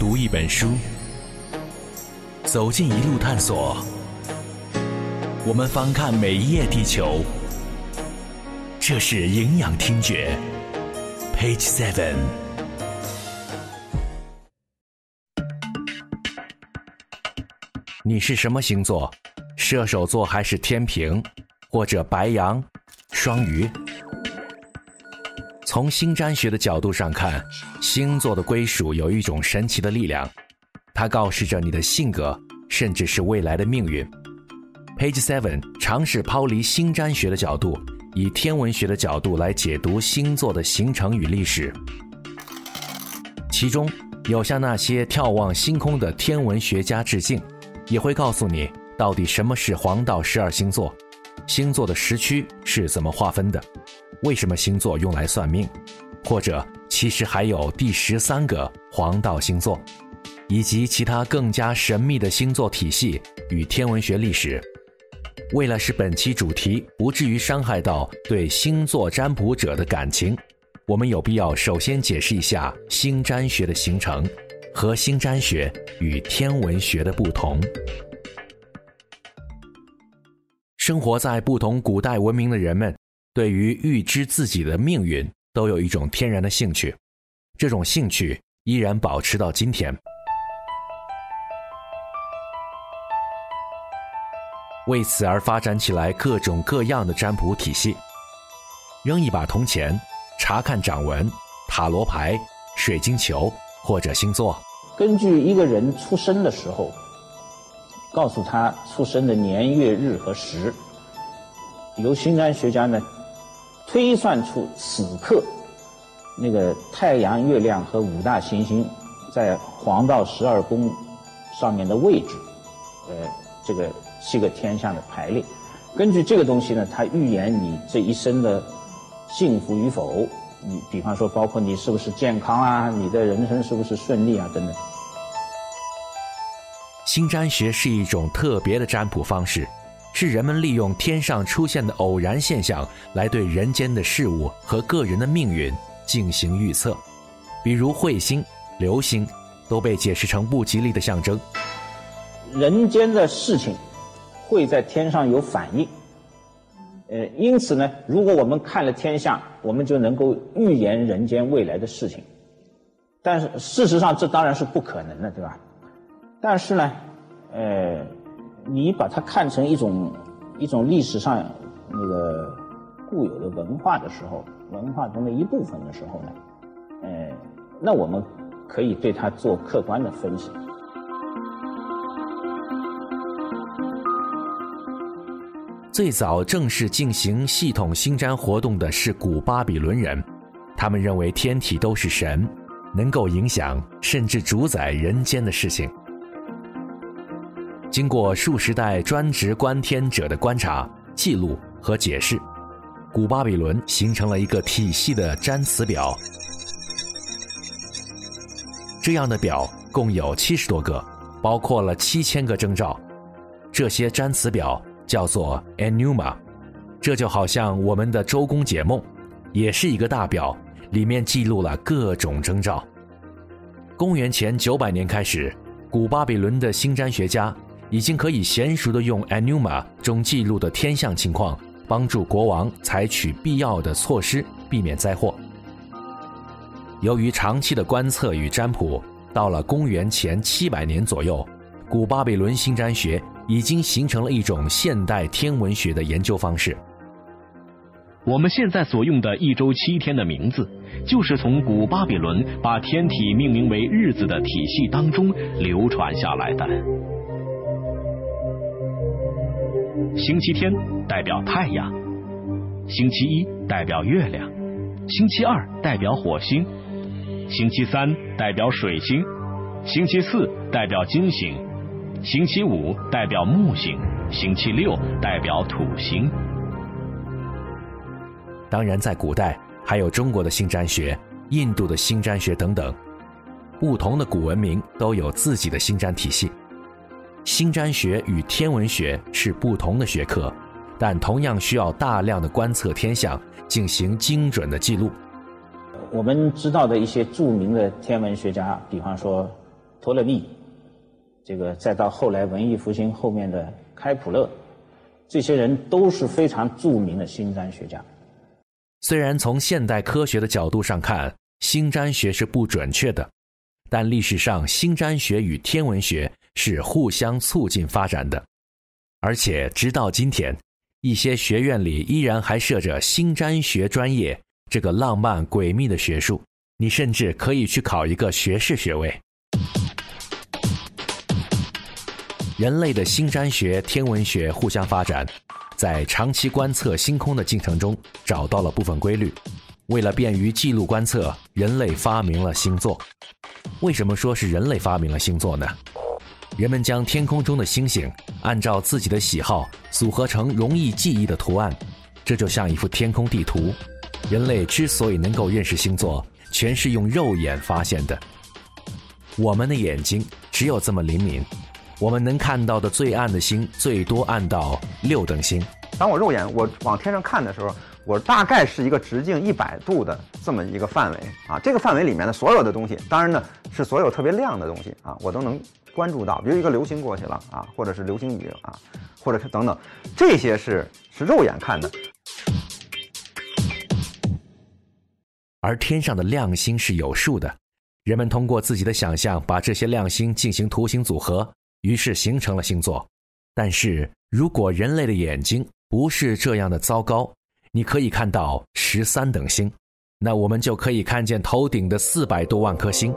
读一本书，走进一路探索，我们翻看每一页地球。这是营养听觉 Page 7。 你是什么星座？射手座还是天平，或者白羊、双鱼？从星占学的角度上看，星座的归属有一种神奇的力量，它告示着你的性格，甚至是未来的命运。Page 7尝试抛离星占学的角度，以天文学的角度来解读星座的形成与历史。其中有向那些眺望星空的天文学家致敬，也会告诉你到底什么是黄道12星座，星座的时区是怎么划分的，为什么星座用来算命，或者其实还有第13个黄道星座，以及其他更加神秘的星座体系与天文学历史。为了使本期主题不至于伤害到对星座占卜者的感情，我们有必要首先解释一下星占学的形成和星占学与天文学的不同。生活在不同古代文明的人们，对于预知自己的命运都有一种天然的兴趣，这种兴趣依然保持到今天。为此而发展起来各种各样的占卜体系，扔一把铜钱，查看掌纹、塔罗牌、水晶球或者星座。 根据一个人出生的时候，告诉他出生的年月日和时，由星占学家呢推算出此刻那个太阳、月亮和5大行星在黄道12宫上面的位置，这个7个天象的排列。根据这个东西呢，它预言你这一生的幸福与否，你比方说包括你是不是健康啊，你的人生是不是顺利啊等等。 星占学是一种特别的占卜方式，是人们利用天上出现的偶然现象来对人间的事物和个人的命运进行预测。比如彗星、流星都被解释成不吉利的象征。 人间的事情会在天上有反应，因此呢，如果我们看了天象，我们就能够预言人间未来的事情。但是事实上这当然是不可能的，对吧？但是呢，你把它看成一种历史上那个固有的文化的时候，文化中的一部分的时候呢，那我们可以对它做客观的分析。 最早正式进行系统星占活动的是古巴比伦人，他们认为天体都是神，能够影响甚至主宰人间的事情。经过数十代专职观天者的观察、记录和解释，古巴比伦形成了一个体系的占词表。这样的表共有70多个，包括了7000个征兆。这些占词表叫做 Enuma， 这就好像我们的周公解梦，也是一个大表，里面记录了各种征兆。公元前900年开始，古巴比伦的星占学家已经可以娴熟地用 Enuma 中记录的天象情况，帮助国王采取必要的措施，避免灾祸。由于长期的观测与占卜，到了公元前700年左右，古巴比伦星占学已经形成了一种现代天文学的研究方式。 我们现在所用的一周7天的名字，就是从古巴比伦把天体命名为日子的体系当中流传下来的。星期天代表太阳，星期1代表月亮，星期2代表火星，星期3代表水星，星期4代表金星，星期5代表木星，星期6代表土星。 当然在古代还有中国的星占学、印度的星占学等等，不同的古文明都有自己的星占体系。星占学与天文学是不同的学科，但同样需要大量的观测天象，进行精准的记录。 我们知道的一些著名的天文学家，比方说托勒密，这个再到后来文艺复兴后面的开普勒，这些人都是非常著名的星占学家。 虽然从现代科学的角度上看，星占学是不准确的，但历史上星占学与天文学是互相促进发展的。而且直到今天，一些学院里依然还设着星占学专业这个浪漫诡秘的学术，你甚至可以去考一个学士学位。人类的星占学、天文学互相发展，在长期观测星空的进程中找到了部分规律。为了便于记录观测，人类发明了星座。为什么说是人类发明了星座呢？人们将天空中的星星按照自己的喜好组合成容易记忆的图案，这就像一幅天空地图。人类之所以能够认识星座，全是用肉眼发现的。我们的眼睛只有这么灵敏，我们能看到的最暗的星最多暗到6等星。 当我肉眼往天上看的时候，我大概是一个直径100度的这么一个范围啊，这个范围里面的所有的东西，当然呢是所有特别亮的东西啊，我都能关注到。比如一个流星过去了啊，或者是流星雨啊，或者是等等，这些是肉眼看的。 而天上的亮星是有数的，人们通过自己的想象把这些亮星进行图形组合，于是形成了星座。但是如果人类的眼睛不是这样的糟糕，你可以看到13等星，那我们就可以看见头顶的400多万颗星。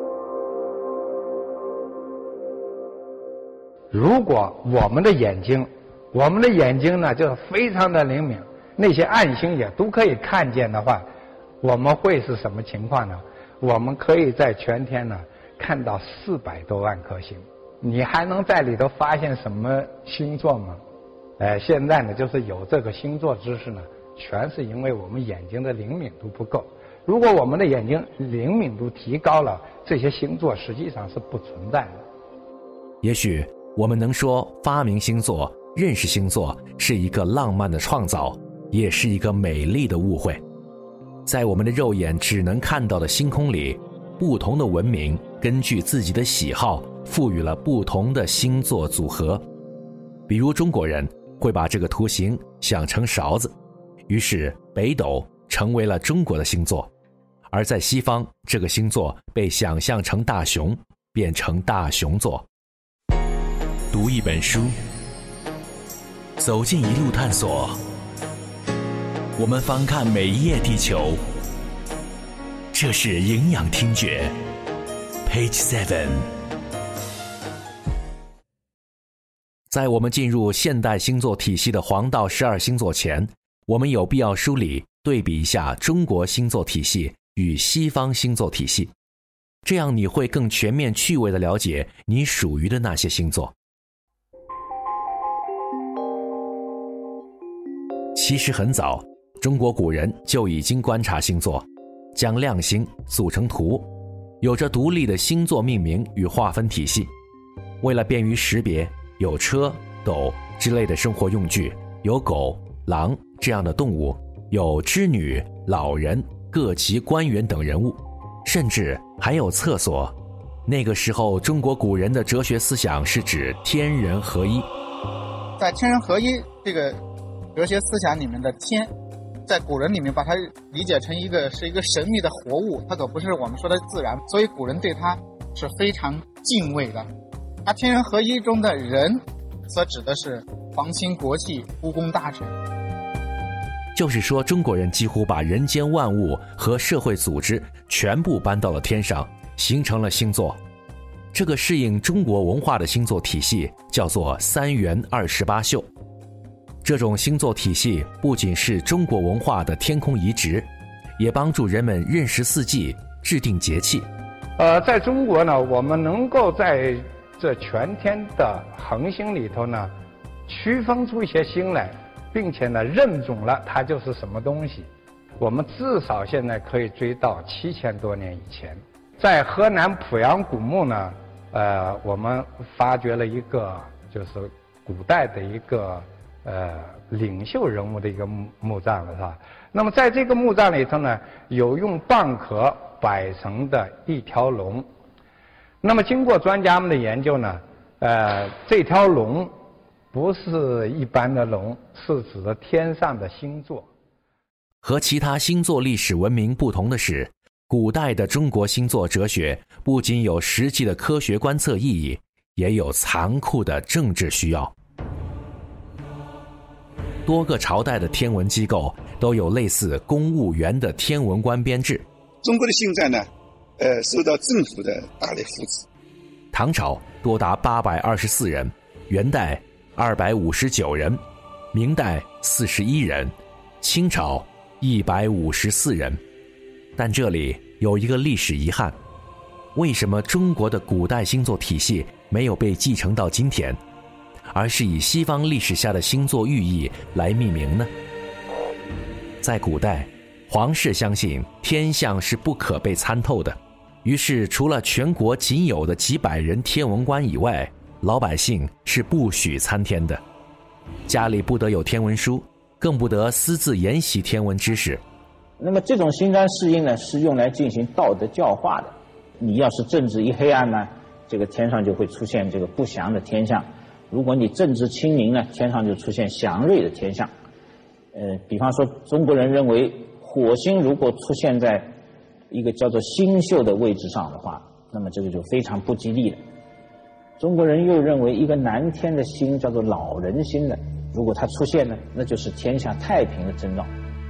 如果我们的眼睛呢就非常的灵敏，那些暗星也都可以看见的话，我们会是什么情况呢？我们可以在全天呢看到400多万颗星。你还能在里头发现什么星座吗？现在呢就是有这个星座知识呢，全是因为我们眼睛的灵敏度不够。如果我们的眼睛灵敏度提高了，这些星座实际上是不存在的。 也许我们能说发明星座、认识星座是一个浪漫的创造，也是一个美丽的误会。在我们的肉眼只能看到的星空里，不同的文明根据自己的喜好赋予了不同的星座组合。比如中国人会把这个图形想成勺子，于是北斗成为了中国的星座，而在西方，这个星座被想象成大熊，变成大熊座。读一本书，走进一路探索，我们翻看每一页地球。这是营养听觉 Page 7。 在我们进入现代星座体系的黄道12星座前，我们有必要梳理对比一下中国星座体系与西方星座体系，这样你会更全面趣味地了解你属于的那些星座。其实很早，中国古人就已经观察星座，将亮星组成图，有着独立的星座命名与划分体系。为了便于识别，有车、斗之类的生活用具，有狗、狼这样的动物，有织女、老人、各级官员等人物，甚至还有厕所。那个时候中国古人的哲学思想是指天人合一。 在天人合一这个哲学思想里面的天，在古人里面把它理解成是一个神秘的活物，它可不是我们说的自然，所以古人对它是非常敬畏的。它天人合一中的人所指的是皇亲国戚、故宫大臣。 就是说中国人几乎把人间万物和社会组织全部搬到了天上，形成了星座。这个适应中国文化的星座体系叫做3元28宿。这种星座体系不仅是中国文化的天空移植，也帮助人们认识四季、制定节气。 在中国呢，我们能够在这全天的恒星里头呢，区分出一些星来，并且呢认准了它就是什么东西。我们至少现在可以追到7000多年以前，在河南濮阳古墓呢，我们发掘了一个就是古代的一个领袖人物的一个墓葬了，是吧？那么在这个墓葬里头呢，有用蚌壳摆成的一条龙， 那么经过专家们的研究呢，这条龙不是一般的龙，是指的天上的星座。 和其他星座历史文明不同的是，古代的中国星座哲学不仅有实际的科学观测意义，也有残酷的政治需要。多个朝代的天文机构都有类似公务员的天文官编制。 中国的星占呢，受到政府的大力扶持。 唐朝多达824人，元代259人，明代41人，清朝154人。但这里有一个历史遗憾，为什么中国的古代星座体系没有被继承到今天，而是以西方历史下的星座寓意来命名呢？在古代，皇室相信天象是不可被参透的，于是除了全国仅有的几百人天文官以外，老百姓是不许参天的。家里不得有天文书，更不得私自研习天文知识。 那么这种星占适应呢，是用来进行道德教化的。你要是政治一黑暗呢，这个天上就会出现这个不祥的天象；如果你政治清明呢，天上就出现祥瑞的天象。比方说中国人认为火星如果出现在一个叫做星宿的位置上的话，那么这个就非常不吉利了。中国人又认为一个南天的星叫做老人星的，如果它出现呢，那就是天下太平的征兆。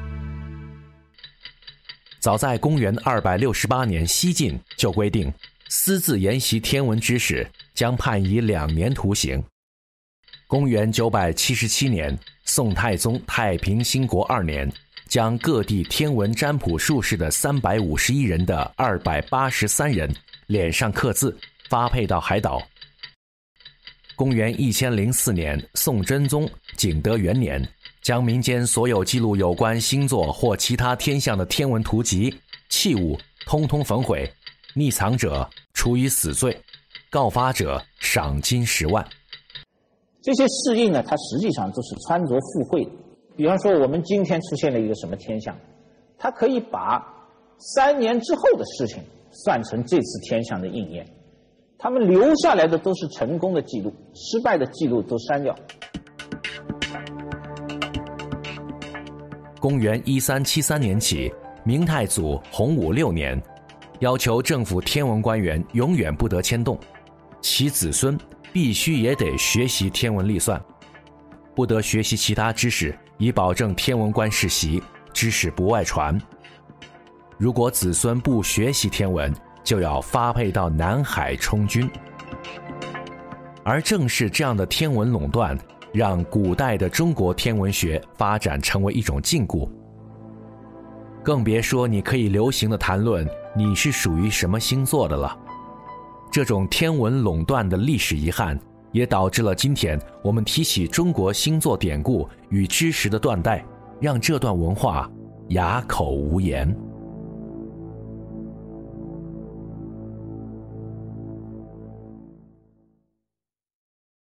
早在公元268年西晋就规定，私自研习天文知识将判以2年徒刑。公元977年，宋太宗太平兴国2年，将各地天文占卜术士的351人的283人脸上刻字，发配到海岛。公元1004年，宋真宗景德元年，将民间所有记录有关星座或其他天象的天文图籍、器物通通焚毁，匿藏者处以死罪，告发者赏金10万。 这些适应呢，它实际上都是穿着附会的。比方说我们今天出现了一个什么天象，它可以把3年之后的事情算成这次天象的应验，他们留下来的都是成功的记录，失败的记录都删掉。 公元1373年起，明太祖洪武6年，要求政府天文官员永远不得迁动，其子孙必须也得学习天文历算，不得学习其他知识，以保证天文官世袭，知识不外传。如果子孙不学习天文，就要发配到南海充军。而正是这样的天文垄断，让古代的中国天文学发展成为一种禁锢。更别说你可以流行的谈论你是属于什么星座的了。这种天文垄断的历史遗憾，也导致了今天我们提起中国星座典故与知识的断代，让这段文化哑口无言。